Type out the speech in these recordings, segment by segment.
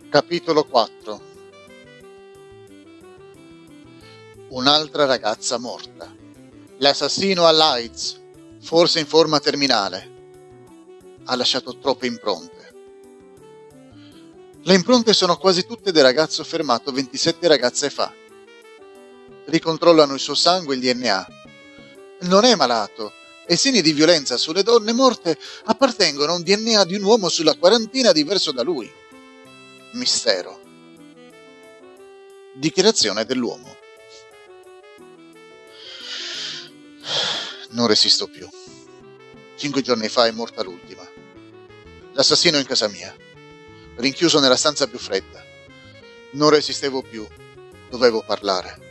Capitolo 4. Un'altra ragazza morta. L'assassino all'AIDS, forse in forma terminale. Ha lasciato troppe impronte. Le impronte sono quasi tutte del ragazzo fermato 27 ragazze fa. Ricontrollano il suo sangue e il DNA. Non è malato e i segni di violenza sulle donne morte appartengono a un DNA di un uomo sulla quarantina diverso da lui. Mistero. Dichiarazione dell'uomo. Non resisto più. 5 giorni fa è morta l'ultima. L'assassino è in casa mia, rinchiuso nella stanza più fredda. Non resistevo più, dovevo parlare.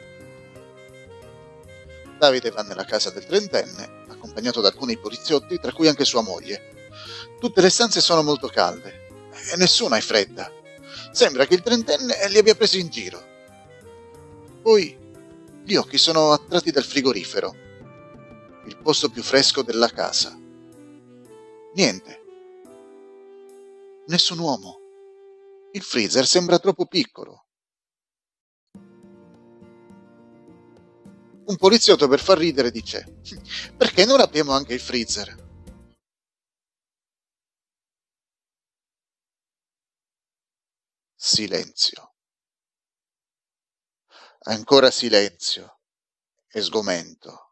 Davide va nella casa del trentenne, accompagnato da alcuni poliziotti, tra cui anche sua moglie. Tutte le stanze sono molto calde e nessuna è fredda. Sembra che il trentenne li abbia presi in giro. Poi gli occhi sono attratti dal frigorifero, il posto più fresco della casa. Niente. Nessun uomo. Il freezer sembra troppo piccolo. Un poliziotto, per far ridere, dice: perché non apriamo anche il freezer? Silenzio. Ancora silenzio e sgomento.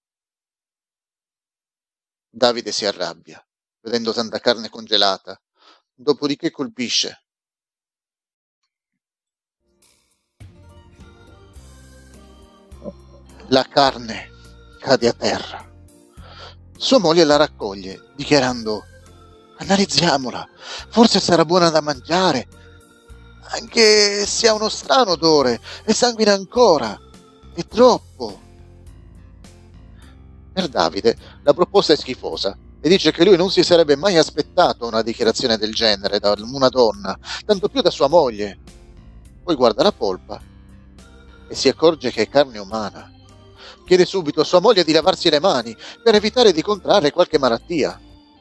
Davide si arrabbia, vedendo tanta carne congelata, dopodiché colpisce. La carne cade a terra. Sua moglie la raccoglie, dichiarando: analizziamola, forse sarà buona da mangiare, anche se ha uno strano odore e sanguina ancora. È troppo. Per Davide la proposta è schifosa e dice che lui non si sarebbe mai aspettato una dichiarazione del genere da una donna, tanto più da sua moglie. Poi guarda la polpa e si accorge che è carne umana. Chiede subito a sua moglie di lavarsi le mani per evitare di contrarre qualche malattia.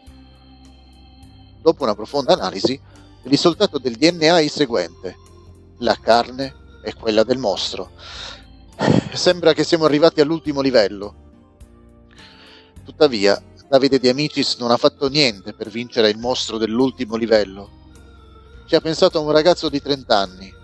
Dopo una profonda analisi, il risultato del DNA è il seguente: la carne è quella del mostro. Sembra che siamo arrivati all'ultimo livello. Tuttavia, Davide De Amicis non ha fatto niente per vincere il mostro dell'ultimo livello. Ci ha pensato un ragazzo di 30 anni,